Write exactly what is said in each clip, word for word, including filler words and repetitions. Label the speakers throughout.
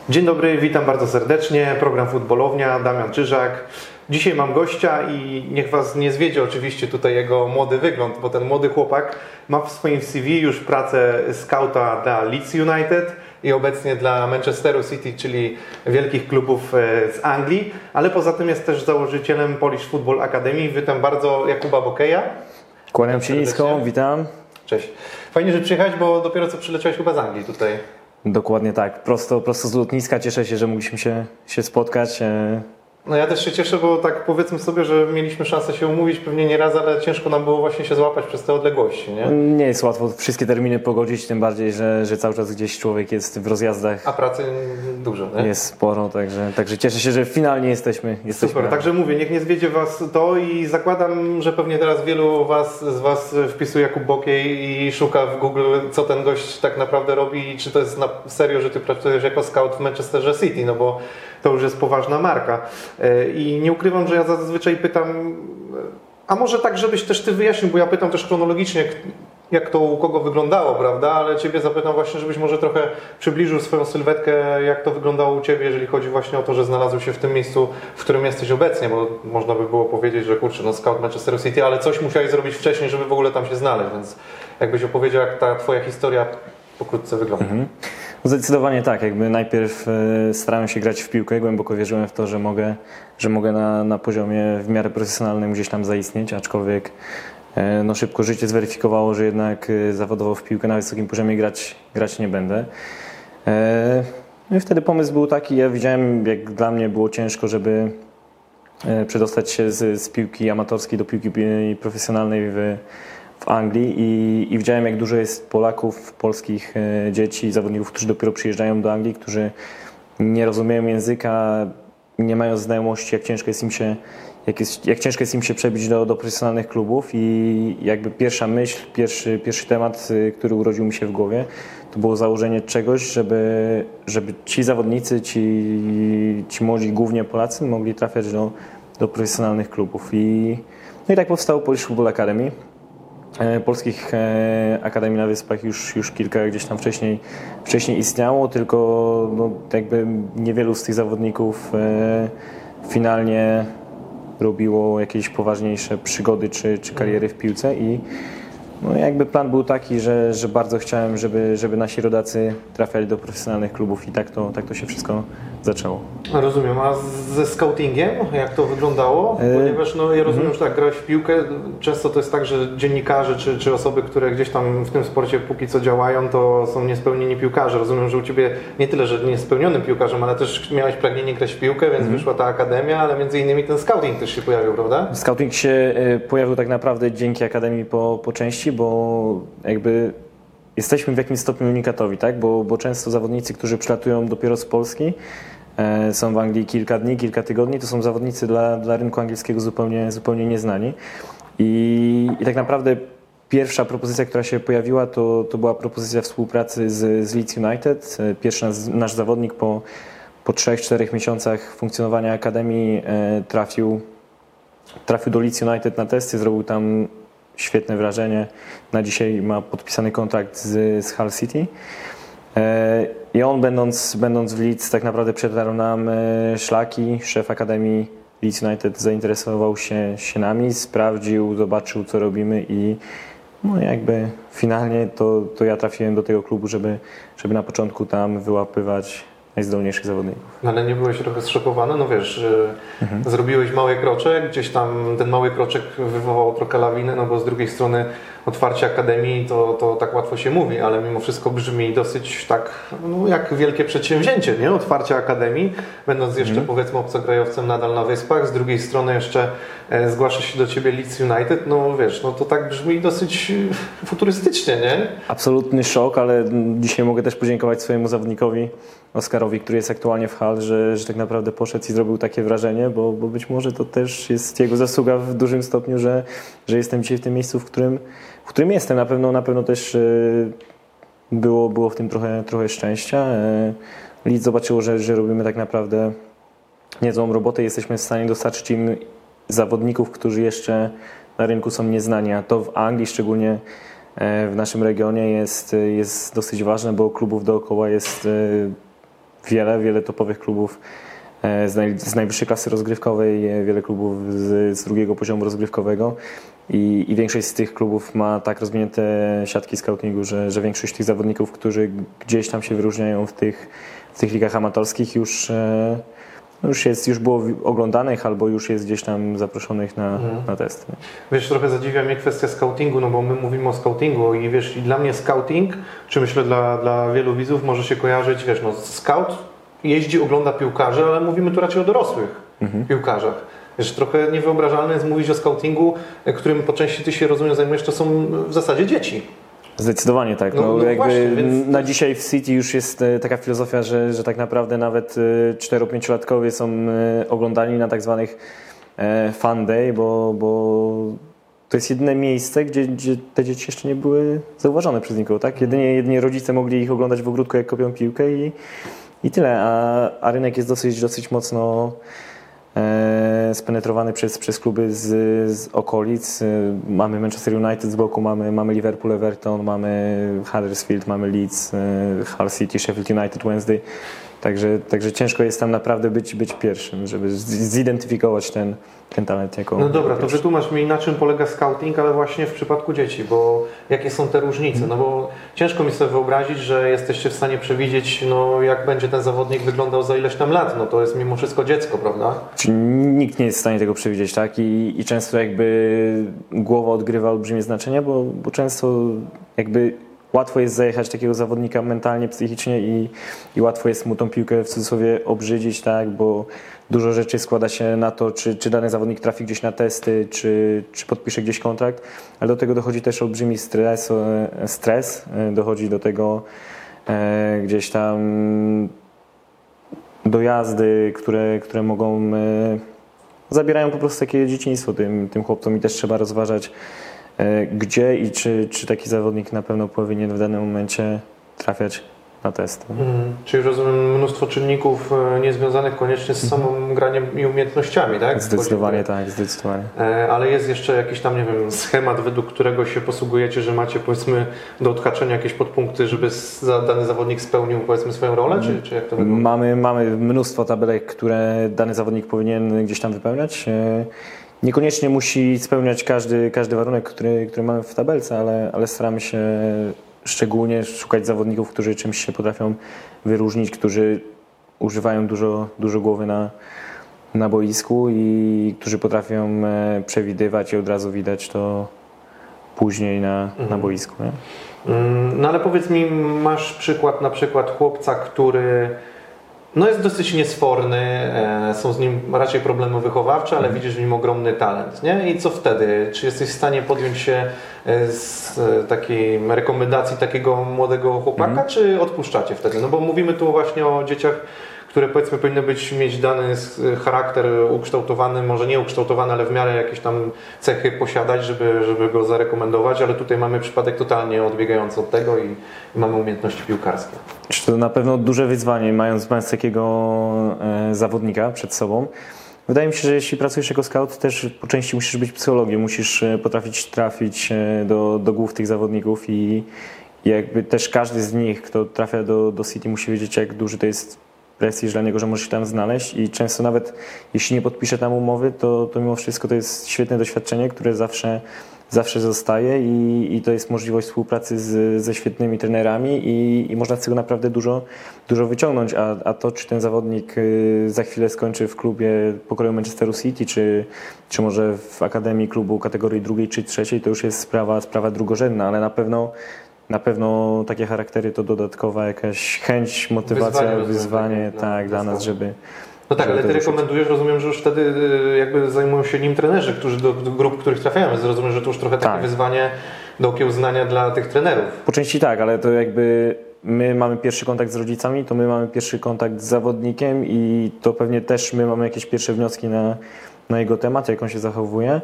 Speaker 1: Dzień dobry, witam bardzo serdecznie. Program Futbolownia, Damian Czyżak. Dzisiaj mam gościa i niech Was nie zwiedzie oczywiście tutaj jego młody wygląd, bo ten młody chłopak ma w swoim C V już pracę skauta dla Leeds United i obecnie dla Manchesteru City, czyli wielkich klubów z Anglii, ale poza tym jest też założycielem Polish Football Academy. Witam bardzo Jakuba Bokeja.
Speaker 2: Kłaniam się nisko, witam.
Speaker 1: Cześć. Fajnie, że przyjechałeś, bo dopiero co przyleciałeś chyba z Anglii tutaj.
Speaker 2: Dokładnie tak, prosto, prosto z lotniska. Cieszę się, że mogliśmy się, się spotkać.
Speaker 1: No ja też się cieszę, bo tak powiedzmy sobie, że mieliśmy szansę się umówić pewnie nie raz, ale ciężko nam było właśnie się złapać przez te odległości, nie?
Speaker 2: Nie jest łatwo wszystkie terminy pogodzić, tym bardziej, że, że cały czas gdzieś człowiek jest w rozjazdach.
Speaker 1: A pracy dużo, nie?
Speaker 2: Jest sporo, także, także cieszę się, że finalnie jesteśmy. jesteśmy
Speaker 1: Super, także mówię, niech nie zwiedzie Was to i zakładam, że pewnie teraz wielu was, z Was wpisuje Jakub Bokiej i szuka w Google, co ten gość tak naprawdę robi i czy to jest na serio, że Ty pracujesz jako scout w Manchesterze City, no bo to już jest poważna marka. I nie ukrywam, że ja zazwyczaj pytam, a może tak, żebyś też Ty wyjaśnił, bo ja pytam też chronologicznie, jak to u kogo wyglądało, prawda? Ale Ciebie zapytam właśnie, żebyś może trochę przybliżył swoją sylwetkę, jak to wyglądało u Ciebie, jeżeli chodzi właśnie o to, że znalazł się w tym miejscu, w którym jesteś obecnie, bo można by było powiedzieć, że kurczę, no scout Manchester City, ale coś musiałeś zrobić wcześniej, żeby w ogóle tam się znaleźć, więc jakbyś opowiedział, jak ta Twoja historia pokrótce wygląda. Mhm.
Speaker 2: Zdecydowanie tak, jakby najpierw starałem się grać w piłkę, głęboko wierzyłem w to, że mogę, że mogę na, na poziomie w miarę profesjonalnym gdzieś tam zaistnieć, aczkolwiek no szybko życie zweryfikowało, że jednak zawodowo w piłkę na wysokim poziomie grać, grać nie będę. No i wtedy pomysł był taki, ja widziałem, jak dla mnie było ciężko, żeby przedostać się z, z piłki amatorskiej do piłki profesjonalnej w w Anglii i, i widziałem, jak dużo jest Polaków, polskich e, dzieci, zawodników, którzy dopiero przyjeżdżają do Anglii, którzy nie rozumieją języka, nie mają znajomości, jak ciężko jest im się, jak, jest, jak ciężko jest im się przebić do, do profesjonalnych klubów i jakby pierwsza myśl, pierwszy, pierwszy temat, który urodził mi się w głowie, to było założenie czegoś, żeby, żeby ci zawodnicy, ci, ci młodzi, głównie Polacy, mogli trafiać do, do profesjonalnych klubów. I, no i tak powstało Polish Football Academy. Polskich akademii na Wyspach już, już kilka gdzieś tam wcześniej, wcześniej istniało, tylko no, jakby niewielu z tych zawodników finalnie robiło jakieś poważniejsze przygody czy, czy kariery w piłce i no, jakby plan był taki, że, że bardzo chciałem, żeby, żeby nasi rodacy trafiali do profesjonalnych klubów i tak to, tak to się wszystko zaczęło.
Speaker 1: Rozumiem, a ze scoutingiem jak to wyglądało? Ponieważ no, ja rozumiem, że tak, grałeś w piłkę, często to jest tak, że dziennikarze czy, czy osoby, które gdzieś tam w tym sporcie póki co działają, to są niespełnieni piłkarze. Rozumiem, że u Ciebie nie tyle, że niespełnionym piłkarzem, ale też miałeś pragnienie grać w piłkę, więc mm. wyszła ta akademia, ale między innymi ten scouting też się pojawił, prawda?
Speaker 2: Scouting się pojawił tak naprawdę dzięki akademii po, po części, bo jakby jesteśmy w jakimś stopniu unikatowi, tak? Bo, bo często zawodnicy, którzy przylatują dopiero z Polski, e, są w Anglii kilka dni, kilka tygodni, to są zawodnicy dla, dla rynku angielskiego zupełnie, zupełnie nieznani. I, I tak naprawdę pierwsza propozycja, która się pojawiła, to, to była propozycja współpracy z, z Leeds United. Pierwszy nasz, nasz zawodnik po, po trzech, czterech miesiącach funkcjonowania akademii e, trafił, trafił do Leeds United na testy, zrobił tam świetne wrażenie. Na dzisiaj ma podpisany kontrakt z, z Hull City. I on będąc, będąc w Leeds tak naprawdę przetarł nam szlaki. Szef Akademii Leeds United zainteresował się, się nami, sprawdził, zobaczył co robimy i no jakby finalnie to, to ja trafiłem do tego klubu, żeby, żeby na początku tam wyłapywać najzdolniejszych zawodników.
Speaker 1: No ale nie byłeś trochę zszokowany? No wiesz, mhm. zrobiłeś mały kroczek, gdzieś tam ten mały kroczek wywołał trochę lawinę, no bo z drugiej strony otwarcie akademii to, to tak łatwo się mówi, ale mimo wszystko brzmi dosyć tak, no jak wielkie przedsięwzięcie, nie? Otwarcie akademii, będąc jeszcze mhm. powiedzmy obcokrajowcem nadal na Wyspach, z drugiej strony jeszcze e, zgłasza się do Ciebie Leeds United, no wiesz, no to tak brzmi dosyć futurystycznie, nie?
Speaker 2: Absolutny szok, ale dzisiaj mogę też podziękować swojemu zawodnikowi Oskarowi, który jest aktualnie w Hull, że, że tak naprawdę poszedł i zrobił takie wrażenie, bo, bo być może to też jest jego zasługa w dużym stopniu, że, że jestem dzisiaj w tym miejscu, w którym, w którym jestem. Na pewno, na pewno też było, było w tym trochę, trochę szczęścia. Leeds zobaczyło, że, że robimy tak naprawdę niezłą robotę i jesteśmy w stanie dostarczyć im zawodników, którzy jeszcze na rynku są nieznani, a to w Anglii, szczególnie w naszym regionie jest, jest dosyć ważne, bo klubów dookoła jest wiele, wiele topowych klubów z, naj, z najwyższej klasy rozgrywkowej, wiele klubów z, z drugiego poziomu rozgrywkowego i, i większość z tych klubów ma tak rozwinięte siatki scoutingu, że, że większość tych zawodników, którzy gdzieś tam się wyróżniają w tych, w tych ligach amatorskich już, już, jest, już było oglądanych albo już jest gdzieś tam zaproszonych na, mhm. na testy.
Speaker 1: Wiesz, trochę zadziwia mnie kwestia scoutingu, no bo my mówimy o scoutingu i wiesz, i dla mnie scouting, czy myślę dla, dla wielu widzów może się kojarzyć, wiesz, no scout jeździ, ogląda piłkarzy, ale mówimy tu raczej o dorosłych mhm. piłkarzach. Wiesz, trochę niewyobrażalne jest mówić o scoutingu, którym po części ty się, rozumiem, zajmujesz, to są w zasadzie dzieci.
Speaker 2: Zdecydowanie tak. No, no, no jakby właśnie, więc... Na dzisiaj w City już jest taka filozofia, że, że tak naprawdę nawet cztero-pięciolatkowie są oglądani na tak zwanych fan day, bo, bo to jest jedyne miejsce, gdzie, gdzie te dzieci jeszcze nie były zauważone przez nikogo. Tak? Jedynie, jedynie rodzice mogli ich oglądać w ogródku, jak kopią piłkę i I tyle, a, a rynek jest dosyć, dosyć mocno e, spenetrowany przez, przez kluby z, z okolic. Mamy Manchester United z boku, mamy, mamy Liverpool, Everton, mamy Huddersfield, mamy Leeds, e, Hull City, Sheffield United, Wednesday. Także, także ciężko jest tam naprawdę być, być pierwszym, żeby zidentyfikować ten, ten talent jako...
Speaker 1: No dobra, to
Speaker 2: pierwszy.
Speaker 1: wytłumacz mi, na czym polega scouting, ale właśnie w przypadku dzieci, bo jakie są te różnice? No bo ciężko mi sobie wyobrazić, że jesteście w stanie przewidzieć, no jak będzie ten zawodnik wyglądał za ileś tam lat, no to jest mimo wszystko dziecko, prawda?
Speaker 2: Czyli nikt nie jest w stanie tego przewidzieć, tak? I, i często jakby głowa odgrywa olbrzymie znaczenie, bo, bo często jakby łatwo jest zajechać takiego zawodnika mentalnie, psychicznie i, i łatwo jest mu tą piłkę w cudzysłowie obrzydzić, tak, bo dużo rzeczy składa się na to, czy, czy dany zawodnik trafi gdzieś na testy, czy, czy podpisze gdzieś kontrakt, ale do tego dochodzi też olbrzymi stres, stres dochodzi do tego e, gdzieś tam dojazdy, które, które mogą e, zabierają po prostu takie dzieciństwo tym, tym chłopcom i też trzeba rozważać, gdzie i czy, czy taki zawodnik na pewno powinien w danym momencie trafiać na testy.
Speaker 1: Hmm, czyli rozumiem mnóstwo czynników niezwiązanych koniecznie z samym hmm. graniem i umiejętnościami, tak?
Speaker 2: Zdecydowanie tak, zdecydowanie.
Speaker 1: Ale jest jeszcze jakiś tam, nie wiem, schemat, według którego się posługujecie, że macie, powiedzmy, do odhaczenia jakieś podpunkty, żeby dany zawodnik spełnił, powiedzmy, swoją rolę, czy, czy jak to wygląda?
Speaker 2: Mamy, mamy mnóstwo tabelek, które dany zawodnik powinien gdzieś tam wypełniać. Niekoniecznie musi spełniać każdy, każdy warunek, który, który mamy w tabelce, ale, ale staramy się szczególnie szukać zawodników, którzy czymś się potrafią wyróżnić, którzy używają dużo, dużo głowy na, na boisku i którzy potrafią przewidywać i od razu widać to później na, mhm. na boisku. Nie?
Speaker 1: No ale powiedz mi, masz przykład na przykład chłopca, który no jest dosyć niesforny, są z nim raczej problemy wychowawcze, ale widzisz w nim ogromny talent, nie? I co wtedy? Czy jesteś w stanie podjąć się z takiej rekomendacji takiego młodego chłopaka, mm. czy odpuszczacie wtedy? No bo mówimy tu właśnie o dzieciach, które powiedzmy powinny być, mieć dany charakter ukształtowany, może nie ukształtowany, ale w miarę jakieś tam cechy posiadać, żeby, żeby go zarekomendować, ale tutaj mamy przypadek totalnie odbiegający od tego i, i mamy umiejętności piłkarskie.
Speaker 2: To na pewno duże wyzwanie, mając, mając takiego e, zawodnika przed sobą. Wydaje mi się, że jeśli pracujesz jako scout, też po części musisz być psychologiem, musisz potrafić trafić do, do głów tych zawodników i, i jakby też każdy z nich, kto trafia do, do City, musi wiedzieć, jak duży to jest prestiż dla niego, że może się tam znaleźć i często nawet jeśli nie podpisze tam umowy, to, to mimo wszystko to jest świetne doświadczenie, które zawsze, zawsze zostaje i, i to jest możliwość współpracy z, ze świetnymi trenerami i, i można z tego naprawdę dużo, dużo wyciągnąć, a, a to czy ten zawodnik za chwilę skończy w klubie pokroju Manchesteru City, czy, czy może w akademii klubu kategorii drugiej czy trzeciej, to już jest sprawa, sprawa drugorzędna, ale na pewno Na pewno takie charaktery to dodatkowa jakaś chęć, motywacja, wyzwanie, wyzwanie no, tak, dla nas, żeby...
Speaker 1: No tak, ale ty rekomendujesz, rozumiem, że już wtedy jakby zajmują się nim trenerzy, którzy do, do grup, których trafiają, więc rozumiem, że to już trochę takie tak. wyzwanie do okiełznania dla tych trenerów.
Speaker 2: Po części tak, ale to jakby my mamy pierwszy kontakt z rodzicami, to my mamy pierwszy kontakt z zawodnikiem i to pewnie też my mamy jakieś pierwsze wnioski na, na jego temat, jak on się zachowuje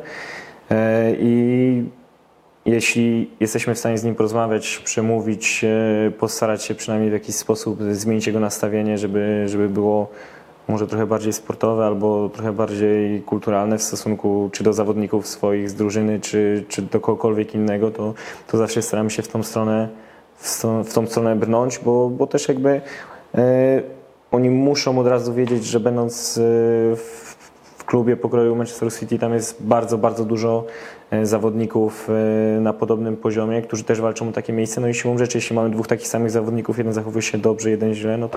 Speaker 2: i jeśli jesteśmy w stanie z nim porozmawiać, przemówić, postarać się przynajmniej w jakiś sposób zmienić jego nastawienie, żeby, żeby było może trochę bardziej sportowe albo trochę bardziej kulturalne w stosunku czy do zawodników swoich z drużyny, czy, czy do kogokolwiek innego, to, to zawsze staramy się w tą stronę, w tą, w tą stronę brnąć, bo, bo też jakby e, oni muszą od razu wiedzieć, że będąc w, w klubie pokroju Manchester City tam jest bardzo, bardzo dużo zawodników na podobnym poziomie, którzy też walczą o takie miejsce. No i siłą rzeczy, jeśli mamy dwóch takich samych zawodników, jeden zachowuje się dobrze, jeden źle, no to,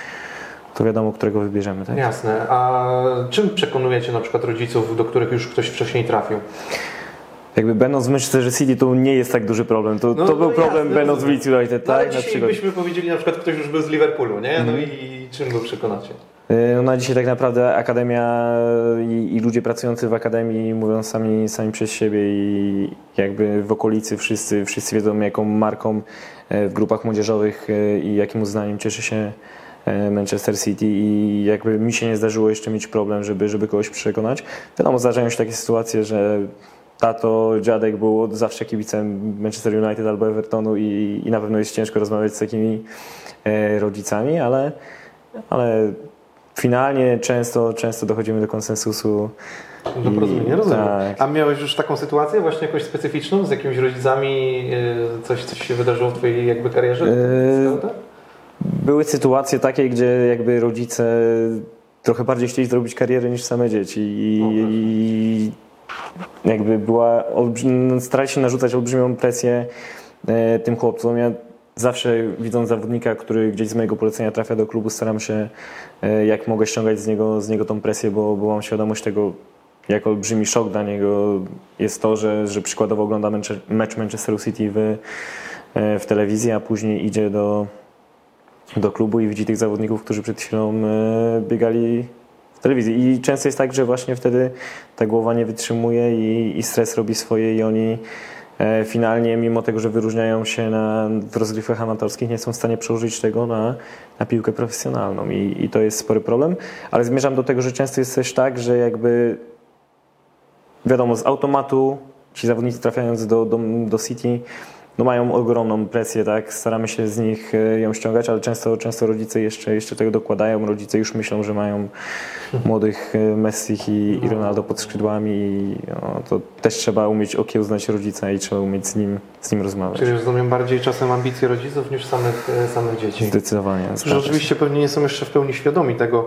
Speaker 2: to wiadomo, którego wybierzemy. Tak?
Speaker 1: Jasne. A czym przekonujecie na przykład rodziców, do których już ktoś wcześniej trafił?
Speaker 2: Jakby będąc w Manchester City to nie jest tak duży problem. To,
Speaker 1: no,
Speaker 2: to był
Speaker 1: no
Speaker 2: problem
Speaker 1: jasne,
Speaker 2: będąc w Leeds United,
Speaker 1: no,
Speaker 2: tak?
Speaker 1: Ale
Speaker 2: na
Speaker 1: dzisiaj byśmy powiedzieli, na przykład ktoś już był z Liverpoolu, nie? No mm. i czym go przekonacie?
Speaker 2: No na dzisiaj tak naprawdę akademia i, i ludzie pracujący w akademii mówią sami, sami przez siebie i jakby w okolicy wszyscy, wszyscy wiedzą, jaką marką w grupach młodzieżowych i jakim uznaniem cieszy się Manchester City i jakby mi się nie zdarzyło jeszcze mieć problem, żeby, żeby kogoś przekonać. Wiadomo, zdarzają się takie sytuacje, że tato, dziadek był od zawsze kibicem Manchester United albo Evertonu i, i na pewno jest ciężko rozmawiać z takimi e, rodzicami, ale, ale finalnie często, często dochodzimy do konsensusu.
Speaker 1: Do porozumienia, rozumiem.
Speaker 2: Tak.
Speaker 1: A miałeś już taką sytuację właśnie jakoś specyficzną z jakimiś rodzicami, coś, coś się wydarzyło w twojej jakby karierze?
Speaker 2: E, były sytuacje takie, gdzie jakby rodzice trochę bardziej chcieli zrobić karierę niż same dzieci i, o, i jakby była olbrzym, starali się narzucać olbrzymią presję e, tym chłopcom. Ja zawsze widząc zawodnika, który gdzieś z mojego polecenia trafia do klubu, staram się e, jak mogę ściągać z niego, z niego tą presję, bo, bo mam świadomość tego, jak olbrzymi szok dla niego jest to, że, że przykładowo ogląda mecz Manchesteru City w, e, w telewizji, a później idzie do, do klubu i widzi tych zawodników, którzy przed chwilą e, biegali w telewizji. I często jest tak, że właśnie wtedy ta głowa nie wytrzymuje i, i stres robi swoje i oni e, finalnie, mimo tego, że wyróżniają się na, w rozgrywkach amatorskich, nie są w stanie przełożyć tego na, na piłkę profesjonalną I, i to jest spory problem. Ale zmierzam do tego, że często jest też tak, że jakby wiadomo, z automatu ci zawodnicy trafiając do, do, do City no mają ogromną presję, tak? Staramy się z nich ją ściągać, ale często, często rodzice jeszcze, jeszcze tego dokładają. Rodzice już myślą, że mają młodych Messi i, i Ronaldo pod skrzydłami i no, to też trzeba umieć okiełznać rodzica i trzeba umieć z nim, z nim rozmawiać.
Speaker 1: Czyli rozumiem bardziej czasem ambicje rodziców niż samych, samych dzieci.
Speaker 2: Zdecydowanie.
Speaker 1: Że oczywiście pewnie nie są jeszcze w pełni świadomi tego,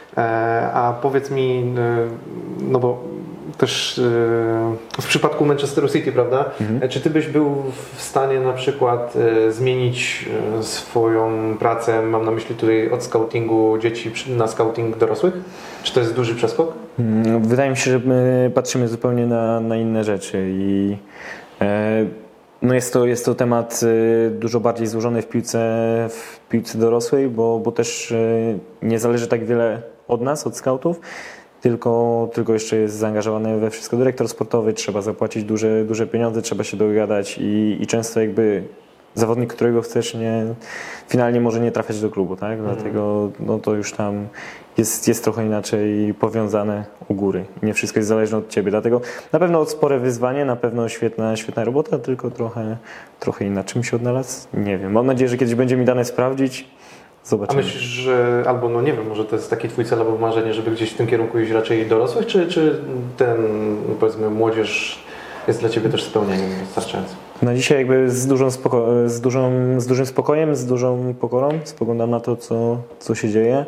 Speaker 1: a powiedz mi, no bo też w przypadku Manchesteru City, prawda? Mhm. Czy ty byś był w stanie na przykład zmienić swoją pracę, mam na myśli tutaj od scoutingu dzieci na scouting dorosłych? Czy to jest duży przeskok?
Speaker 2: Wydaje mi się, że my patrzymy zupełnie na, na inne rzeczy i e, no jest to, jest to temat dużo bardziej złożony w piłce, w piłce dorosłej, bo, bo też nie zależy tak wiele od nas, od scoutów. Tylko, tylko jeszcze jest zaangażowany we wszystko dyrektor sportowy, trzeba zapłacić duże, duże pieniądze, trzeba się dogadać i, i często jakby zawodnik, którego chcesz, nie, finalnie może nie trafiać do klubu, tak? Mm. Dlatego no to już tam jest, jest trochę inaczej powiązane u góry. Nie wszystko jest zależne od ciebie, dlatego na pewno spore wyzwanie, na pewno świetna, świetna robota, tylko trochę, trochę inna. Czym się odnalazł? Nie wiem. Mam nadzieję, że kiedyś będzie mi dane sprawdzić. Zobaczymy.
Speaker 1: A myślisz, że albo no nie wiem, może to jest taki twój cel albo marzenie, żeby gdzieś w tym kierunku iść raczej dorosłych, czy, czy ten, powiedzmy, młodzież jest dla ciebie też spełnieniem wystarczającym?
Speaker 2: Na dzisiaj jakby z, dużą spoko- z, dużą, z dużym spokojem, z dużą pokorą spoglądam na to, co, co się dzieje.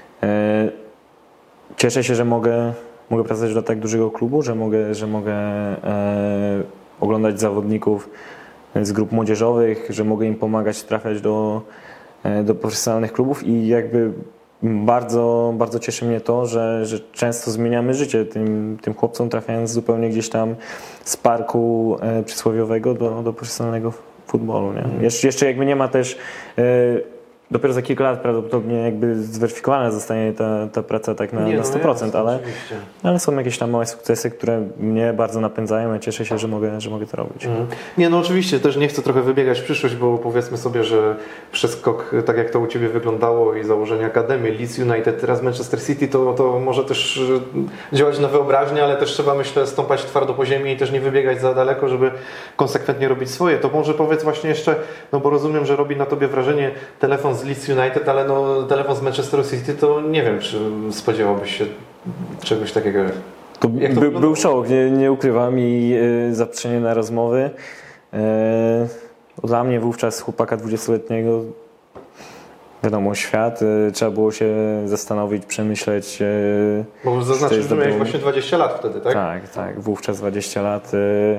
Speaker 2: Cieszę się, że mogę, mogę pracować dla tak dużego klubu, że mogę, że mogę e, oglądać zawodników z grup młodzieżowych, że mogę im pomagać trafiać do do profesjonalnych klubów i jakby bardzo, bardzo cieszy mnie to, że, że często zmieniamy życie tym, tym chłopcom, trafiając zupełnie gdzieś tam z parku e, przysłowiowego do, do profesjonalnego futbolu. Nie? Mm. Jeszcze, jeszcze jakby nie ma też e, dopiero za kilka lat prawdopodobnie jakby zweryfikowana zostanie ta, ta praca tak na,
Speaker 1: nie,
Speaker 2: na sto procent,
Speaker 1: no
Speaker 2: ale, ale są jakieś tam małe sukcesy, które mnie bardzo napędzają. Ja cieszę się, że mogę, że mogę to robić.
Speaker 1: Mm. Nie, no oczywiście, też nie chcę trochę wybiegać w przyszłość, bo powiedzmy sobie, że przeskok, tak jak to u Ciebie wyglądało i założenie Akademii, Leeds United, teraz Manchester City, to, to może też działać na wyobraźnię, ale też trzeba, myślę, stąpać twardo po ziemi i też nie wybiegać za daleko, żeby konsekwentnie robić swoje. To może powiedz właśnie jeszcze, no bo rozumiem, że robi na Tobie wrażenie telefon z Leeds United, ale no telefon z Manchester City, to nie wiem, czy spodziewałbyś się czegoś takiego.
Speaker 2: To Jak to by, był szok, nie, nie ukrywam i y, zaproszenie na rozmowy. Y, dla mnie wówczas chłopaka dwudziestoletniego wiadomo, świat, trzeba było się zastanowić, przemyśleć.
Speaker 1: Bo zaznaczyć, że miałeś właśnie dwadzieścia lat wtedy, tak?
Speaker 2: Tak, tak, wówczas dwadzieścia lat.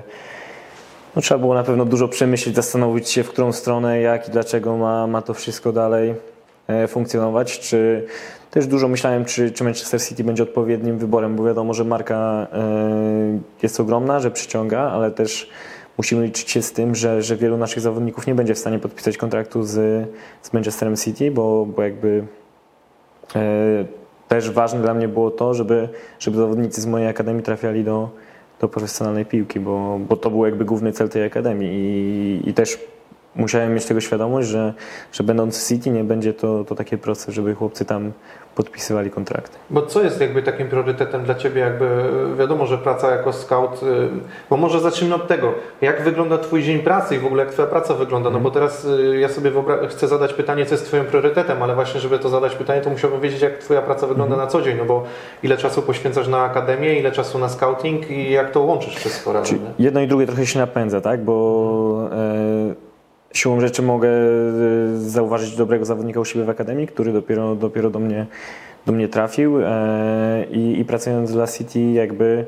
Speaker 2: No, trzeba było na pewno dużo przemyśleć, zastanowić się, w którą stronę, jak i dlaczego ma, ma to wszystko dalej funkcjonować. Czy też dużo myślałem, czy, czy Manchester City będzie odpowiednim wyborem, bo wiadomo, że marka jest ogromna, że przyciąga, ale też musimy liczyć się z tym, że, że wielu naszych zawodników nie będzie w stanie podpisać kontraktu z, z Manchesterem City, bo, bo jakby e, też ważne dla mnie było to, żeby, żeby zawodnicy z mojej akademii trafiali do, do profesjonalnej piłki, bo, bo to był jakby główny cel tej akademii i, i też musiałem mieć tego świadomość, że, że będąc w City nie będzie to, to takie proste, żeby chłopcy tam podpisywali kontrakty.
Speaker 1: Bo co jest jakby takim priorytetem dla Ciebie? Jakby wiadomo, że praca jako scout, bo może zacznijmy od tego, jak wygląda Twój dzień pracy i w ogóle jak Twoja praca wygląda? No bo teraz ja sobie chcę zadać pytanie, co jest Twoim priorytetem, ale właśnie, żeby to zadać pytanie, to musiałbym wiedzieć, jak Twoja praca wygląda mm. na co dzień, no bo ile czasu poświęcasz na akademię, ile czasu na scouting i jak to łączysz wszystko razem?
Speaker 2: Jedno i drugie trochę się napędza, tak? Bo e, siłą rzeczy mogę zauważyć dobrego zawodnika u siebie w akademii, który dopiero, dopiero do mnie, do mnie trafił e, i, i pracując dla City jakby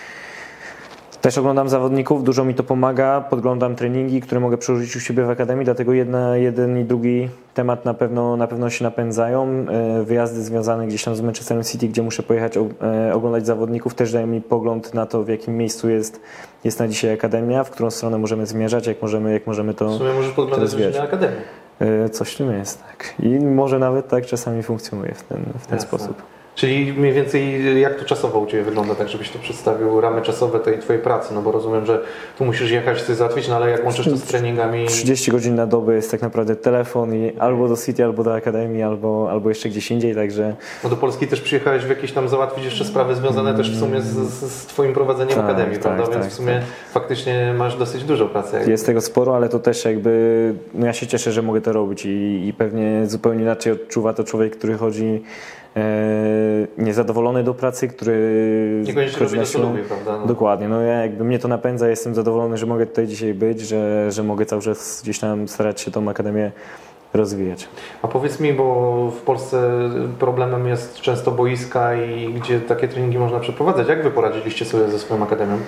Speaker 2: też oglądam zawodników, dużo mi to pomaga, podglądam treningi, które mogę przełożyć u siebie w akademii, dlatego jedna, jeden i drugi temat na pewno, na pewno się napędzają. E, wyjazdy związane gdzieś tam z Manchesterem City, gdzie muszę pojechać o, e, oglądać zawodników, też dają mi pogląd na to, w jakim miejscu jest, jest na dzisiaj akademia, w którą stronę możemy zmierzać, jak możemy, jak możemy to
Speaker 1: w sumie możesz podglądać na akademię.
Speaker 2: E, coś w tym jest, tak. I może nawet tak czasami funkcjonuje w ten, w ten sposób.
Speaker 1: Czyli mniej więcej jak to czasowo u Ciebie wygląda, tak żebyś to przedstawił, ramy czasowe tej Twojej pracy, no bo rozumiem, że tu musisz jechać, coś załatwić, no ale jak łączysz to z treningami?
Speaker 2: trzydzieści godzin na dobę jest tak naprawdę telefon i albo do City, albo do Akademii, albo, albo jeszcze gdzieś indziej, także...
Speaker 1: No do Polski też przyjechałeś w jakieś tam załatwić jeszcze sprawy związane też w sumie z, z, z Twoim prowadzeniem
Speaker 2: tak,
Speaker 1: Akademii,
Speaker 2: tak,
Speaker 1: prawda?
Speaker 2: tak,
Speaker 1: Więc
Speaker 2: tak,
Speaker 1: w sumie
Speaker 2: tak.
Speaker 1: faktycznie masz dosyć dużo pracy. Jakby.
Speaker 2: Jest tego sporo, ale to też jakby... No ja się cieszę, że mogę to robić i, i pewnie zupełnie inaczej odczuwa to człowiek, który chodzi niezadowolony do pracy, który...
Speaker 1: Niekoniecznie robi to, co lubi, prawda? No.
Speaker 2: Dokładnie. No ja jakby mnie to napędza, jestem zadowolony, że mogę tutaj dzisiaj być, że, że mogę cały czas gdzieś tam starać się tą akademię rozwijać.
Speaker 1: A powiedz mi, bo w Polsce problemem jest często boiska i gdzie takie treningi można przeprowadzać. Jak Wy poradziliście sobie ze swoją akademią?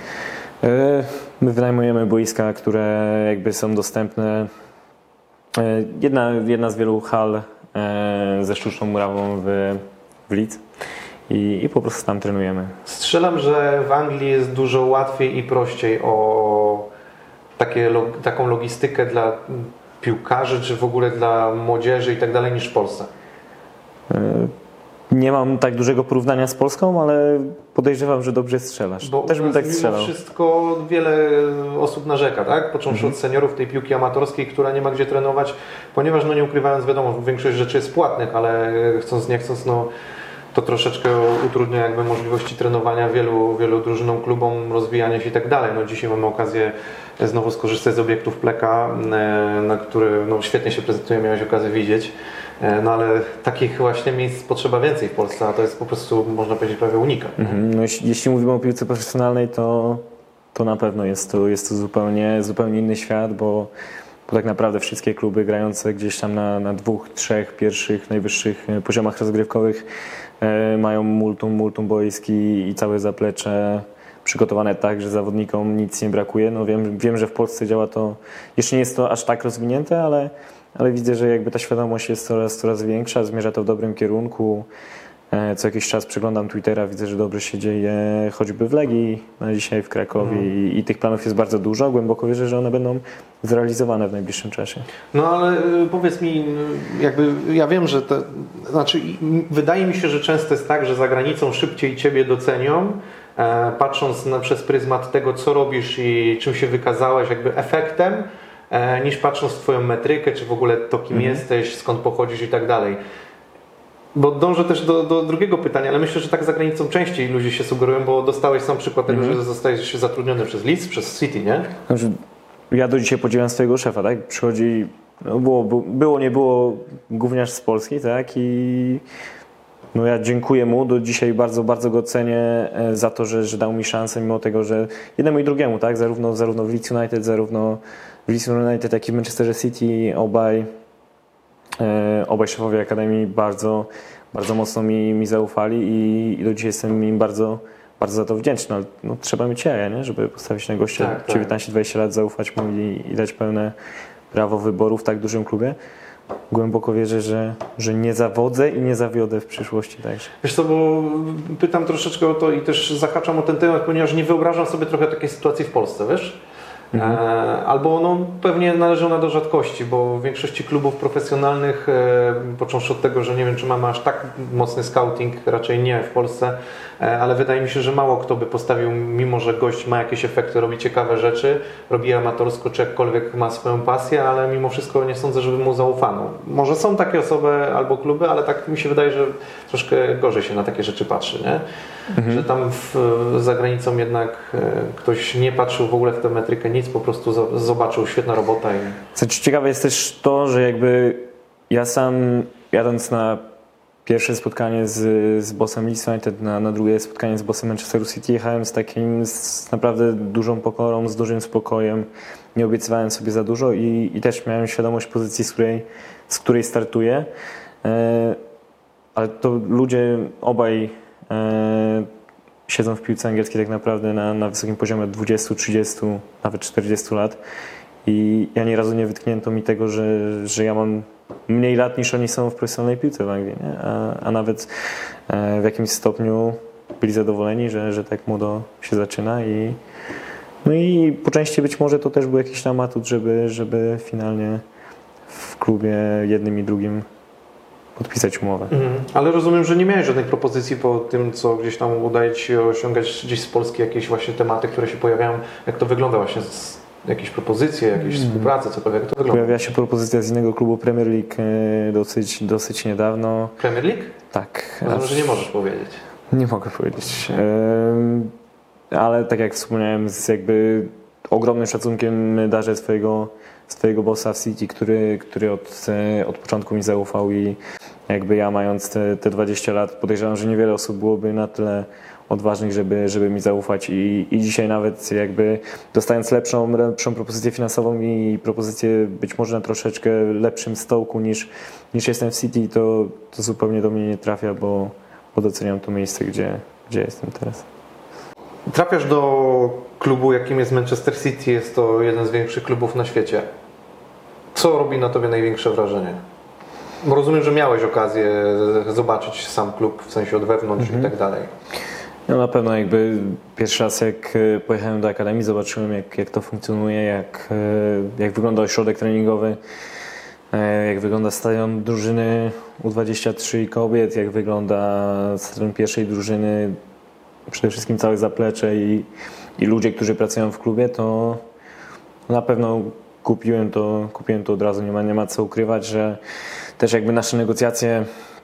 Speaker 2: My wynajmujemy boiska, które jakby są dostępne. Jedna, jedna z wielu hal ze sztuczną murawą w, w Leeds i, i po prostu tam trenujemy.
Speaker 1: Strzelam, że w Anglii jest dużo łatwiej i prościej o takie, taką logistykę dla piłkarzy, czy w ogóle dla młodzieży i tak dalej niż w Polsce.
Speaker 2: Nie mam tak dużego porównania z Polską, ale podejrzewam, że dobrze strzelasz.
Speaker 1: Bo
Speaker 2: też bym tak strzelał.
Speaker 1: Mimo wszystko wiele osób narzeka, tak? Począwszy mhm. od seniorów tej piłki amatorskiej, która nie ma gdzie trenować, ponieważ no nie ukrywając, wiadomo, większość rzeczy jest płatnych, ale chcąc nie chcąc, no to troszeczkę utrudnia jakby możliwości trenowania wielu, wielu drużynom, klubom, rozwijania się i tak dalej. No dzisiaj mamy okazję znowu skorzystać z obiektów Pleka, na który no, świetnie się prezentuje, miałeś okazję widzieć. No ale takich właśnie miejsc potrzeba więcej w Polsce, a to jest po prostu, można powiedzieć, prawie unikat.
Speaker 2: Mhm. No, jeśli, jeśli mówimy o piłce profesjonalnej, to, to na pewno jest to, jest to zupełnie, zupełnie inny świat, bo, bo tak naprawdę wszystkie kluby grające gdzieś tam na, na dwóch, trzech pierwszych, najwyższych poziomach rozgrywkowych e, mają multum, multum boisk i, i całe zaplecze przygotowane tak, że zawodnikom nic nie brakuje. No wiem, wiem, że w Polsce działa to, jeszcze nie jest to aż tak rozwinięte, ale ale widzę, że jakby ta świadomość jest coraz, coraz większa, zmierza to w dobrym kierunku. Co jakiś czas przeglądam Twittera, widzę, że dobrze się dzieje choćby w Legii, na dzisiaj w Krakowie mm. i, i tych planów jest bardzo dużo. Głęboko wierzę, że one będą zrealizowane w najbliższym czasie.
Speaker 1: No ale powiedz mi, jakby ja wiem, że to, znaczy wydaje mi się, że często jest tak, że za granicą szybciej Ciebie docenią, e, patrząc na, przez pryzmat tego, co robisz i czym się wykazałeś, jakby efektem, niż patrząc w Twoją metrykę, czy w ogóle to, kim mhm. jesteś, skąd pochodzisz i tak dalej. Bo dążę też do, do drugiego pytania, ale myślę, że tak za granicą częściej ludzie się sugerują, bo dostałeś sam przykład mhm. tego, że zostajesz zatrudniony przez Leeds, przez City, nie?
Speaker 2: Znaczy, ja do dzisiaj podziwiam swojego szefa, tak? Przychodzi, no było, było, nie było, gówniarz z Polski, tak? I no ja dziękuję mu, do dzisiaj bardzo, bardzo go cenię za to, że, że dał mi szansę, mimo tego, że jednemu i drugiemu, tak? Zarówno, zarówno w Leeds United, zarówno w Leeds United, jak i w Manchesterze City obaj e, obaj szefowie Akademii bardzo, bardzo mocno mi, mi zaufali i, i do dzisiaj jestem im bardzo, bardzo za to wdzięczny. Ale no, trzeba mieć jaja, nie? Żeby postawić na gościa
Speaker 1: tak,
Speaker 2: dziewiętnaście dwadzieścia lat, zaufać mu i, i dać pełne prawo wyboru w tak dużym klubie. Głęboko wierzę, że, że nie zawodzę i nie zawiodę w przyszłości także.
Speaker 1: Wiesz co, bo pytam troszeczkę o to i też zahaczam o ten temat, ponieważ nie wyobrażam sobie trochę takiej sytuacji w Polsce, wiesz? Mhm. E, albo no, pewnie należy ona do rzadkości, bo w większości klubów profesjonalnych, e, począwszy od tego, że nie wiem, czy mamy aż tak mocny scouting, raczej nie w Polsce, e, ale wydaje mi się, że mało kto by postawił, mimo że gość ma jakieś efekty, robi ciekawe rzeczy, robi amatorsko, czy jakkolwiek ma swoją pasję, ale mimo wszystko nie sądzę, żeby mu zaufano. Może są takie osoby albo kluby, ale tak mi się wydaje, że troszkę gorzej się na takie rzeczy patrzy, nie? Mhm. Że tam w, za granicą jednak e, ktoś nie patrzył w ogóle w tę metrykę, nic, po prostu z, zobaczył, świetna robota. I...
Speaker 2: Znaczy, ciekawe jest też to, że jakby ja sam jadąc na pierwsze spotkanie z, z bossem Leeds United, na, na drugie spotkanie z bossem Manchesteru City jechałem z takim, z naprawdę dużą pokorą, z dużym spokojem, nie obiecywałem sobie za dużo i, i też miałem świadomość pozycji, z której, z której startuję, e, ale to ludzie obaj e, siedzą w piłce angielskiej tak naprawdę na, na wysokim poziomie od dwudziestu, trzydziestu, nawet czterdziestu lat i ja nieraz nie wytknięto mi tego, że, że ja mam mniej lat niż oni są w profesjonalnej piłce w Anglii, nie? A, a nawet w jakimś stopniu byli zadowoleni, że, że tak młodo się zaczyna i no i po części być może to też był jakiś tam atut, żeby, żeby finalnie w klubie jednym i drugim podpisać umowę.
Speaker 1: Mhm. Ale rozumiem, że nie miałeś żadnych propozycji po tym, co gdzieś tam udaje Ci się osiągać gdzieś z Polski, jakieś właśnie tematy, które się pojawiają. Jak to wygląda właśnie? Z jakieś propozycje, jakieś hmm. współpracy, cokolwiek to wygląda?
Speaker 2: Pojawia się propozycja z innego klubu Premier League dosyć, dosyć niedawno.
Speaker 1: Premier League?
Speaker 2: Tak.
Speaker 1: Rozumiem, że nie możesz powiedzieć.
Speaker 2: Nie mogę powiedzieć. Ale tak jak wspomniałem, z jakby ogromnym szacunkiem darzę swojego, swojego bossa w City, który, który od, od początku mi zaufał i jakby ja mając te, te dwadzieścia lat podejrzewam, że niewiele osób byłoby na tyle odważnych, żeby, żeby mi zaufać i, i dzisiaj nawet jakby dostając lepszą, lepszą propozycję finansową i propozycję być może na troszeczkę lepszym stołku niż, niż jestem w City, to, to zupełnie do mnie nie trafia, bo, bo doceniam to miejsce, gdzie, gdzie jestem teraz.
Speaker 1: Trafiasz do klubu, jakim jest Manchester City, jest to jeden z większych klubów na świecie. Co robi na Tobie największe wrażenie? Bo rozumiem, że miałeś okazję zobaczyć sam klub, w sensie od wewnątrz mhm. i tak dalej.
Speaker 2: No na pewno jakby pierwszy raz jak pojechałem do Akademii, zobaczyłem jak, jak to funkcjonuje, jak, jak wygląda ośrodek treningowy, jak wygląda stadion drużyny U dwadzieścia trzy i kobiet, jak wygląda stadion pierwszej drużyny, przede wszystkim całe zaplecze i, i ludzie, którzy pracują w klubie, to na pewno kupiłem to, kupiłem to od razu, nie ma, nie ma co ukrywać, że też jakby nasze negocjacje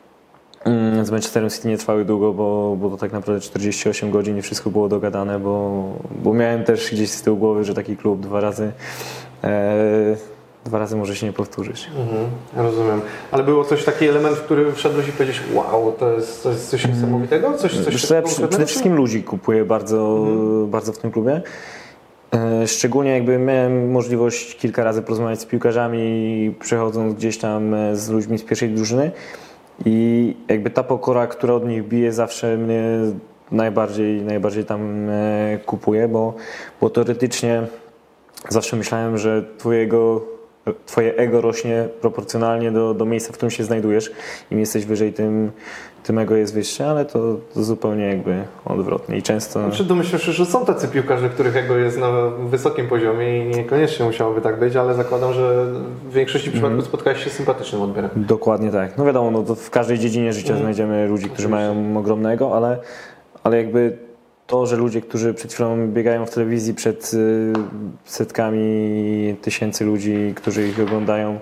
Speaker 2: z Manchesterem City nie trwały długo, bo, bo to tak naprawdę czterdzieści osiem godzin i wszystko było dogadane, bo, bo miałem też gdzieś z tyłu głowy, że taki klub dwa razy e, dwa razy może się nie powtórzyć.
Speaker 1: Mhm, rozumiem. Ale było coś, taki element, w który wszedłeś i powiedziałeś, wow, to jest, to jest coś niesamowitego? Coś, coś
Speaker 2: Wiesz, ja przede wszystkim ludzi kupuję bardzo, mhm. bardzo w tym klubie. Szczególnie jakby miałem możliwość kilka razy porozmawiać z piłkarzami, przechodząc gdzieś tam z ludźmi z pierwszej drużyny i jakby ta pokora, która od nich bije, zawsze mnie najbardziej, najbardziej tam kupuje, bo, bo teoretycznie zawsze myślałem, że twojego, twoje ego rośnie proporcjonalnie do, do miejsca, w którym się znajdujesz. Im jesteś wyżej, tym, tym ego jest wyższe, ale to, to zupełnie jakby odwrotnie i często...
Speaker 1: Znaczy domyślasz się, że są tacy piłkarze, których ego jest na wysokim poziomie i niekoniecznie musiałoby tak być, ale zakładam, że w większości przypadków mm. spotkałeś się z sympatycznym odbiorem.
Speaker 2: Dokładnie tak. No wiadomo, no to w każdej dziedzinie życia mm. znajdziemy ludzi, którzy Oczywiście. mają ogromnego, ale, ale jakby to, że ludzie, którzy przed chwilą biegają w telewizji przed setkami tysięcy ludzi, którzy ich oglądają,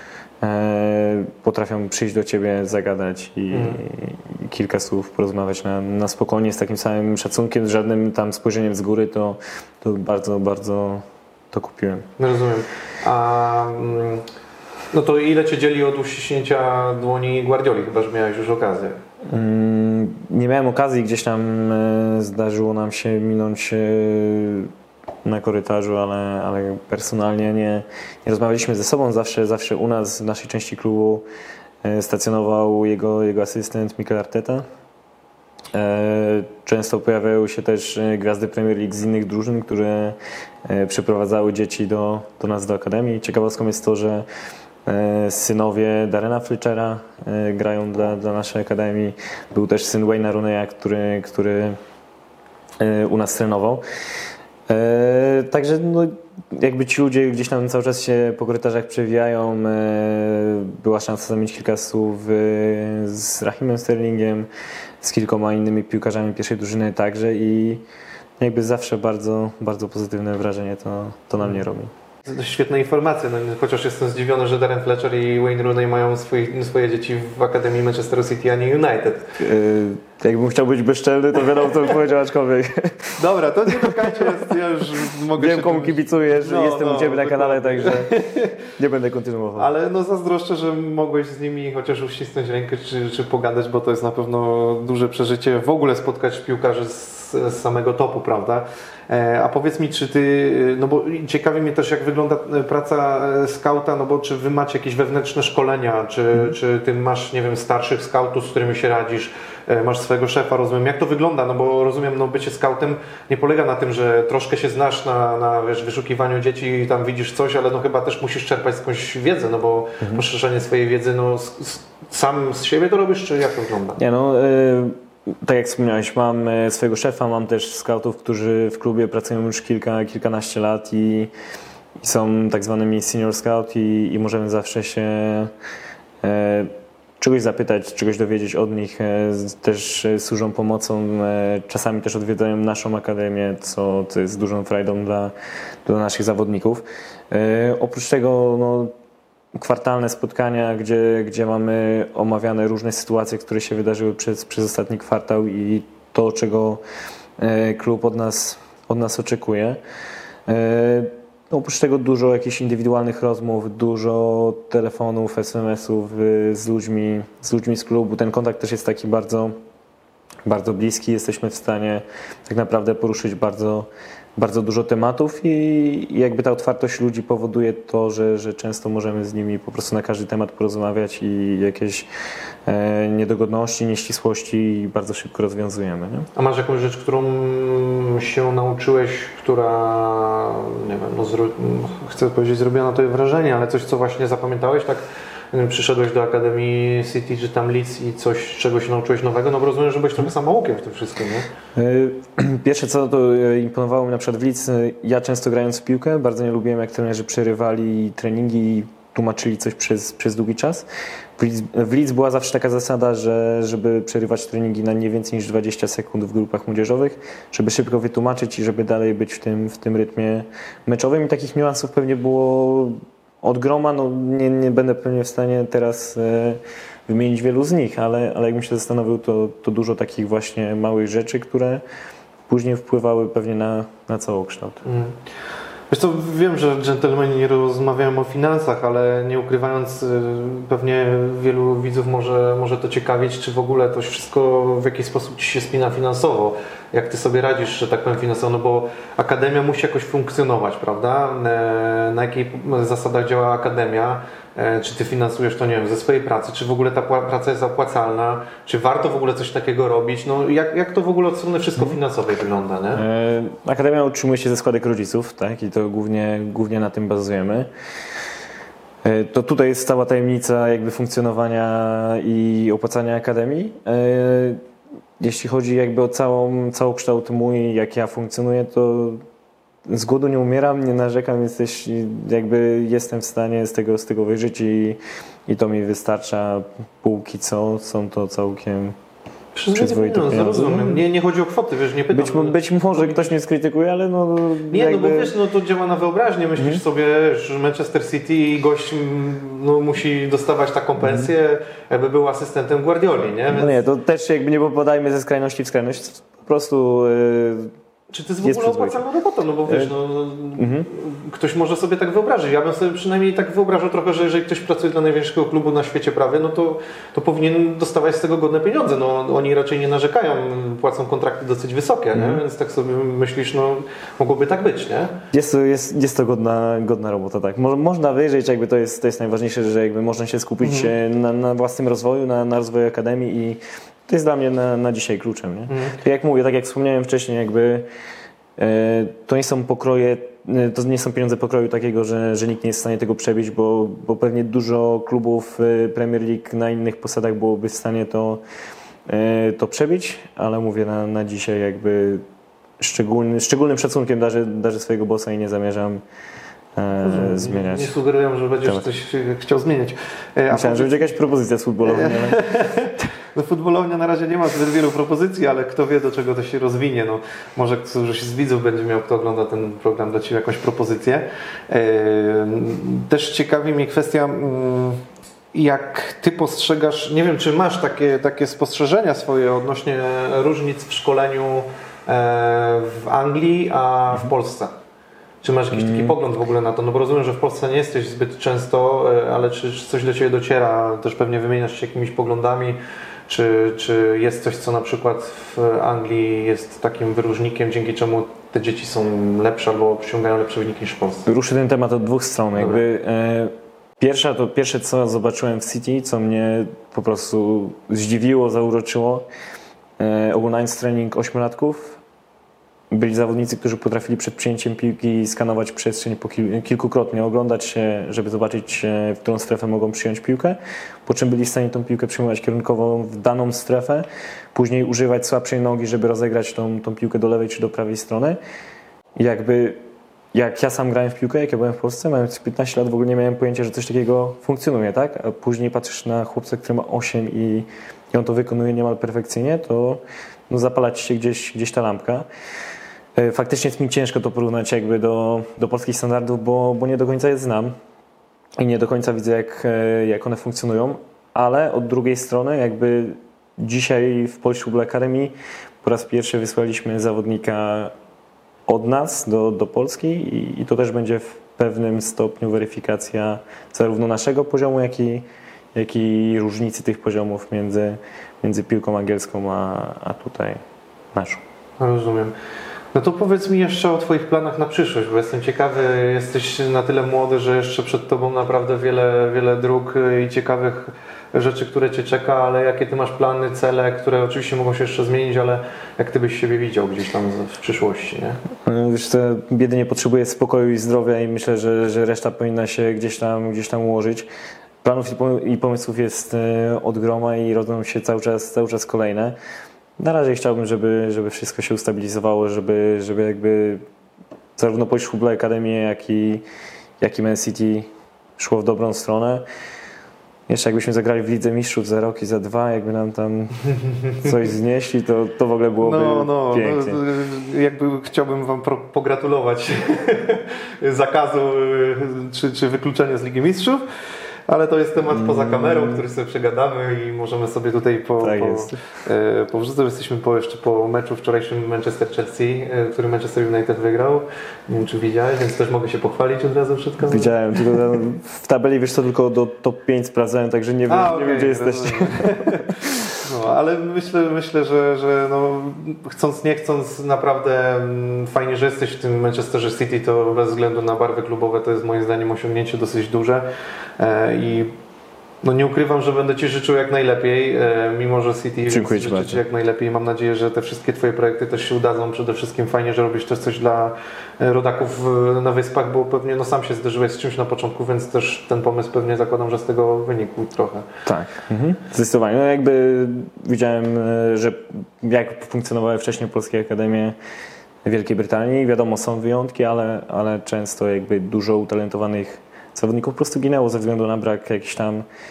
Speaker 2: e, potrafią przyjść do Ciebie, zagadać i, mm. i kilka słów porozmawiać na, na spokojnie, z takim samym szacunkiem, z żadnym tam spojrzeniem z góry, to, to bardzo, bardzo to kupiłem.
Speaker 1: Rozumiem. A no to ile Cię dzieli od uściśnięcia dłoni Guardioli? Chyba, że miałeś już okazję.
Speaker 2: Nie miałem okazji, gdzieś tam zdarzyło nam się minąć na korytarzu, ale, ale personalnie nie, nie rozmawialiśmy ze sobą. Zawsze, zawsze u nas, w naszej części klubu stacjonował jego, jego asystent Mikel Arteta. Często pojawiały się też gwiazdy Premier League z innych drużyn, które przyprowadzały dzieci do, do nas do Akademii. Ciekawostką jest to, że synowie Darrena Fletchera grają dla, dla naszej Akademii. Był też syn Wayne'a Rooneya, który, który u nas trenował. Także no, jakby ci ludzie gdzieś tam cały czas się po korytarzach przewijają. Była szansa zamienić kilka słów z Raheemem Sterlingiem, z kilkoma innymi piłkarzami pierwszej drużyny także i jakby zawsze bardzo, bardzo pozytywne wrażenie to, to na mnie robi.
Speaker 1: Świetna informacja, no, chociaż jestem zdziwiony, że Darren Fletcher i Wayne Rooney mają swój, swoje dzieci w Akademii Manchesteru City, a nie United.
Speaker 2: Yy, jakbym chciał być bezczelny, to wiadomo, to bym powiedział, aczkolwiek.
Speaker 1: Dobra, to nie czekajcie, ja już mogę
Speaker 2: Wiem,
Speaker 1: się
Speaker 2: komu
Speaker 1: tym...
Speaker 2: kibicujesz,
Speaker 1: no,
Speaker 2: jestem
Speaker 1: no,
Speaker 2: u Ciebie na kanale, także nie będę kontynuował.
Speaker 1: Ale no zazdroszczę, że mogłeś z nimi chociaż uścisnąć rękę czy, czy pogadać, bo to jest na pewno duże przeżycie w ogóle spotkać piłkarzy z, z samego topu, prawda? A powiedz mi, czy ty, no bo ciekawi mnie też jak wygląda praca skauta, no bo czy wy macie jakieś wewnętrzne szkolenia, czy, hmm. czy ty masz, nie wiem, starszych skautów, z którymi się radzisz, masz swojego szefa, rozumiem, jak to wygląda, no bo rozumiem, no bycie skautem nie polega na tym, że troszkę się znasz na, na wiesz, wyszukiwaniu dzieci i tam widzisz coś, ale no chyba też musisz czerpać skądś wiedzę, no bo hmm. poszerzenie swojej wiedzy, no z, z, sam z siebie to robisz, czy jak to wygląda?
Speaker 2: Nie no, y tak jak wspomniałeś, mam swojego szefa, mam też skautów, którzy w klubie pracują już kilka, kilkanaście lat i, i są tak zwanymi senior scout i, i możemy zawsze się e, czegoś zapytać, czegoś dowiedzieć od nich. E, też służą pomocą, e, czasami też odwiedzają naszą akademię, co, co jest dużą frajdą dla, dla naszych zawodników. E, oprócz tego no, kwartalne spotkania, gdzie, gdzie mamy omawiane różne sytuacje, które się wydarzyły przez, przez ostatni kwartał i to, czego klub od nas, od nas oczekuje. Oprócz tego dużo jakichś indywidualnych rozmów, dużo telefonów, es em esów z ludźmi, z ludźmi z klubu. Ten kontakt też jest taki bardzo, bardzo bliski. Jesteśmy w stanie tak naprawdę poruszyć bardzo bardzo dużo tematów i jakby ta otwartość ludzi powoduje to, że, że często możemy z nimi po prostu na każdy temat porozmawiać i jakieś e, niedogodności, nieścisłości bardzo szybko rozwiązujemy. Nie?
Speaker 1: A masz jakąś rzecz, którą się nauczyłeś, która, nie wiem, no zro... chcę powiedzieć, zrobiła na tobie wrażenie, ale coś, co właśnie zapamiętałeś, tak? Przyszedłeś do Akademii City czy tam Leeds i coś, czego się nauczyłeś nowego, no bo rozumiem, że byłeś trochę samoukiem w tym wszystkim, nie?
Speaker 2: Pierwsze co, to imponowało mi na przykład w Leeds, ja często grając w piłkę, bardzo nie lubiłem, jak trenerzy przerywali treningi i tłumaczyli coś przez, przez długi czas. W Leeds, w Leeds była zawsze taka zasada, że żeby przerywać treningi na nie więcej niż dwadzieścia sekund w grupach młodzieżowych, żeby szybko wytłumaczyć i żeby dalej być w tym, w tym rytmie meczowym i takich niuansów pewnie było od groma, no nie, nie będę pewnie w stanie teraz e, wymienić wielu z nich, ale, ale jakbym się zastanowił, to, to dużo takich właśnie małych rzeczy, które później wpływały pewnie na, na całokształt. Mm.
Speaker 1: Wiesz co, wiem, że dżentelmeni nie rozmawiają o finansach, ale nie ukrywając, pewnie wielu widzów może, może to ciekawić, czy w ogóle to wszystko w jakiś sposób Ci się spina finansowo. Jak Ty sobie radzisz, że tak powiem, finansowo, no bo Akademia musi jakoś funkcjonować, prawda? Na jakich zasadach działa Akademia? Czy Ty finansujesz to, nie wiem, ze swojej pracy, czy w ogóle ta praca jest opłacalna, czy warto w ogóle coś takiego robić? No jak, jak to w ogóle od strony wszystko finansowej wygląda, nie?
Speaker 2: Akademia utrzymuje się ze składek rodziców, tak? I to głównie, głównie na tym bazujemy. To tutaj jest cała tajemnica jakby funkcjonowania i opłacania Akademii. Jeśli chodzi jakby o całą, całokształt mój, jak ja funkcjonuję, to z głodu nie umieram, nie narzekam, więc też jakby jestem w stanie z tego, z tego wyżyć i, i to mi wystarcza. Póki co są to całkiem przyzwoite pieniądze.
Speaker 1: Rozumiem. Nie, nie chodzi o kwoty, wiesz, nie pytam.
Speaker 2: Być, być może ktoś mnie skrytykuje, ale no...
Speaker 1: Nie,
Speaker 2: jakby...
Speaker 1: no bo wiesz, no to działa na wyobraźnię. Myślisz mm. sobie, że Manchester City i gość no, musi dostawać taką pensję, mm. jakby był asystentem Guardioli, nie? Więc...
Speaker 2: No nie, to też jakby nie popadajmy ze skrajności w skrajność. Po prostu... Yy...
Speaker 1: Czy to jest w ogóle opłacalna robota? No bo wiesz, no, mhm. ktoś może sobie tak wyobrazić. Ja bym sobie przynajmniej tak wyobrażał trochę, że jeżeli ktoś pracuje dla największego klubu na świecie prawie, no to, to powinien dostawać z tego godne pieniądze. No, oni raczej nie narzekają, płacą kontrakty dosyć wysokie, mhm. nie? Więc tak sobie myślisz, no mogłoby tak być, nie?
Speaker 2: Jest to, jest, jest to godna, godna robota, tak. Mo, można wyjrzeć, jakby to jest, to jest najważniejsze, że jakby można się skupić mhm. na, na własnym rozwoju, na, na rozwoju akademii i to jest dla mnie na, na dzisiaj kluczem. Nie? Mhm. Jak mówię, tak jak wspomniałem wcześniej, jakby e, to nie są pokroje, to nie są pieniądze pokroju takiego, że, że nikt nie jest w stanie tego przebić, bo, bo pewnie dużo klubów Premier League na innych posadach byłoby w stanie to, e, to przebić, ale mówię, na, na dzisiaj jakby szczególny, szczególnym szacunkiem darzę, darzę swojego bossa i nie zamierzam e, zmieniać.
Speaker 1: Nie sugeruję, że będziesz temat. coś chciał zmieniać. E,
Speaker 2: Myślałem, że będzie jakaś propozycja z futbolową. Ale...
Speaker 1: No, futbolownia na razie nie ma zbyt wielu propozycji, ale kto wie, do czego to się rozwinie. No, może któryś z widzów będzie miał, kto ogląda ten program, dla Ciebie jakąś propozycję. E, też ciekawi mnie kwestia, jak Ty postrzegasz, nie wiem, czy masz takie, takie spostrzeżenia swoje odnośnie różnic w szkoleniu w Anglii, a w Polsce? Czy masz jakiś taki mm. pogląd w ogóle na to? No bo rozumiem, że w Polsce nie jesteś zbyt często, ale czy, czy coś do Ciebie dociera? Też pewnie wymieniasz się jakimiś poglądami. Czy, czy jest coś, co na przykład w Anglii jest takim wyróżnikiem, dzięki czemu te dzieci są lepsze albo osiągają lepsze wyniki niż w Polsce?
Speaker 2: Ruszy ten temat od dwóch stron. Jakby, e, pierwsza to pierwsze, co zobaczyłem w City, co mnie po prostu zdziwiło, zauroczyło. E, Online trening ośmiolatków. Byli zawodnicy, którzy potrafili przed przyjęciem piłki skanować przestrzeń po kil- kilkukrotnie, oglądać się, żeby zobaczyć, w którą strefę mogą przyjąć piłkę, po czym byli w stanie tą piłkę przyjmować kierunkowo w daną strefę, później używać słabszej nogi, żeby rozegrać tą, tą piłkę do lewej czy do prawej strony. I jakby jak ja sam grałem w piłkę, jak ja byłem w Polsce, mając piętnaście lat, w ogóle nie miałem pojęcia, że coś takiego funkcjonuje, tak? A później patrzysz na chłopca, który ma osiem i, i on to wykonuje niemal perfekcyjnie, to no, zapala ci się gdzieś, gdzieś ta lampka. Faktycznie jest mi ciężko to porównać jakby do, do polskich standardów, bo, bo nie do końca je znam i nie do końca widzę, jak, jak one funkcjonują, ale od drugiej strony jakby dzisiaj w Polish Football Academy po raz pierwszy wysłaliśmy zawodnika od nas do, do Polski i, i to też będzie w pewnym stopniu weryfikacja zarówno naszego poziomu, jak i, jak i różnicy tych poziomów między, między piłką angielską a, a tutaj naszą.
Speaker 1: Rozumiem. No to powiedz mi jeszcze o Twoich planach na przyszłość, bo jestem ciekawy, jesteś na tyle młody, że jeszcze przed Tobą naprawdę wiele, wiele dróg i ciekawych rzeczy, które Cię czeka, ale jakie Ty masz plany, cele, które oczywiście mogą się jeszcze zmienić, ale jak Ty byś siebie widział gdzieś tam w przyszłości, nie?
Speaker 2: Wiesz co, jedynie potrzebuję spokoju i zdrowia i myślę, że, że reszta powinna się gdzieś tam, gdzieś tam ułożyć. Planów i pomysłów jest od groma i rodzą się cały czas, cały czas kolejne. Na razie chciałbym, żeby, żeby wszystko się ustabilizowało, żeby, żeby jakby zarówno Polish Football Academy, jak i, jak i Man City szło w dobrą stronę. Jeszcze jakbyśmy zagrali w Lidze Mistrzów za rok i za dwa, jakby nam tam coś znieśli, to, to w ogóle byłoby
Speaker 1: no, no,
Speaker 2: pięknie.
Speaker 1: No, jakby chciałbym Wam pro, pogratulować zakazu czy, czy wykluczenia z Ligi Mistrzów. Ale to jest temat poza kamerą, który sobie przegadamy i możemy sobie tutaj po,
Speaker 2: tak
Speaker 1: po, e, powrzucać. Jesteśmy po, jeszcze po meczu wczorajszym Manchester-Chelsea, e, który Manchester United wygrał. Nie wiem, czy widziałeś, więc też mogę się pochwalić od razu przed kamerą.
Speaker 2: Widziałem, tylko w tabeli wiesz co, tylko do top pięć sprawdzałem, także nie wiem, A, nie okay, wiem gdzie jesteście.
Speaker 1: No, ale myślę, myślę że, że no, chcąc nie chcąc naprawdę fajnie, że jesteś w tym Manchesterze City, to bez względu na barwy klubowe to jest moim zdaniem osiągnięcie dosyć duże i no nie ukrywam, że będę Ci życzył jak najlepiej, mimo że City życzę Ci jak najlepiej. Mam nadzieję, że te wszystkie Twoje projekty też się udadzą. Przede wszystkim fajnie, że robisz też coś dla rodaków na Wyspach, bo pewnie no sam się zderzyłeś z czymś na początku, więc też ten pomysł pewnie zakładam, że z tego wynikł trochę.
Speaker 2: Tak, mhm. Zdecydowanie. No jakby widziałem, że jak funkcjonowały wcześniej polskie akademie w Wielkiej Brytanii. Wiadomo, są wyjątki, ale, ale często jakby dużo utalentowanych zawodników po prostu ginęło ze względu na brak jakichś tam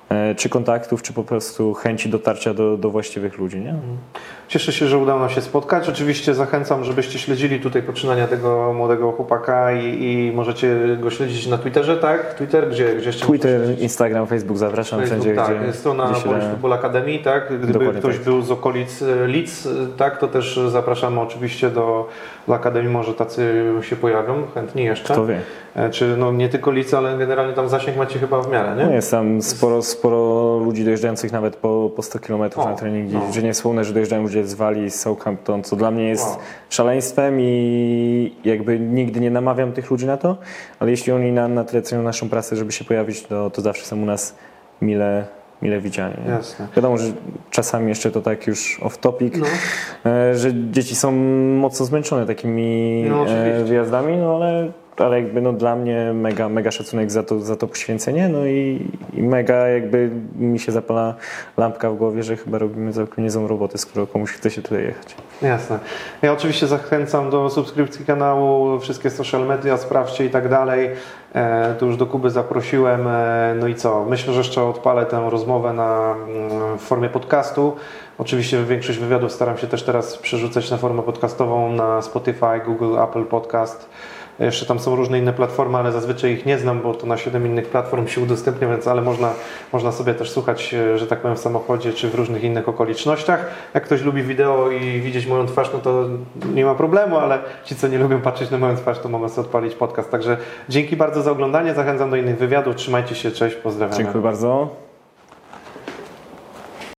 Speaker 2: czy kontaktów, czy po prostu chęci dotarcia do, do właściwych ludzi. Nie?
Speaker 1: Cieszę się, że udało nam się spotkać. Oczywiście zachęcam, żebyście śledzili tutaj poczynania tego młodego chłopaka i, i możecie go śledzić na Twitterze, tak? Twitter? Gdzie, gdzie jeszcze
Speaker 2: Twitter, Instagram, Facebook, zapraszam
Speaker 1: Facebook,
Speaker 2: wszędzie,
Speaker 1: tak,
Speaker 2: gdzie...
Speaker 1: strona
Speaker 2: gdzie się
Speaker 1: Polish
Speaker 2: da...
Speaker 1: Football Academy, tak? Gdyby
Speaker 2: Dokładnie
Speaker 1: ktoś
Speaker 2: tak.
Speaker 1: był z okolic Leeds, tak? To też zapraszamy oczywiście do, do Akademii, może tacy się pojawią, chętni jeszcze.
Speaker 2: Kto wie.
Speaker 1: Czy no nie tylko Leeds, ale generalnie tam zasięg macie chyba w miarę, nie?
Speaker 2: No jest tam sporo, sporo ludzi dojeżdżających nawet po, po sto kilometrów
Speaker 1: O,
Speaker 2: na treningi,
Speaker 1: no.
Speaker 2: że nie wspomnę, że dojeżdżają ludzie z Walii, z Southampton, co dla mnie jest
Speaker 1: Wow.
Speaker 2: szaleństwem i jakby nigdy nie namawiam tych ludzi na to, ale jeśli oni na, na tyle cenią naszą pracę, żeby się pojawić, to, to zawsze są u nas mile, mile widziani. Nie?
Speaker 1: Jasne.
Speaker 2: Wiadomo, że czasami jeszcze to tak już off topic,
Speaker 1: No.
Speaker 2: e, że dzieci są mocno zmęczone takimi
Speaker 1: No, oczywiście.
Speaker 2: e, wyjazdami, no ale ale jakby no dla mnie mega, mega szacunek za to, za to poświęcenie, no i, i mega jakby mi się zapala lampka w głowie, że chyba robimy całkiem niezłą robotę, skoro komuś chce się tutaj jechać.
Speaker 1: Jasne. Ja oczywiście zachęcam do subskrypcji kanału, wszystkie social media sprawdźcie i tak dalej. E, tu już do Kuby zaprosiłem. E, no i co? Myślę, że jeszcze odpalę tę rozmowę na, mm, w formie podcastu. Oczywiście większość wywiadów staram się też teraz przerzucać na formę podcastową na Spotify, Google, Apple Podcast. Jeszcze tam są różne inne platformy, ale zazwyczaj ich nie znam, bo to na siedem innych platform się udostępnia, więc ale można, można sobie też słuchać, że tak powiem, w samochodzie czy w różnych innych okolicznościach. Jak ktoś lubi wideo i widzieć moją twarz, no to nie ma problemu, ale ci, co nie lubią patrzeć na moją twarz, to mogą sobie odpalić podcast. Także dzięki bardzo za oglądanie, zachęcam do innych wywiadów, trzymajcie się, cześć, pozdrawiam.
Speaker 2: Dziękuję bardzo.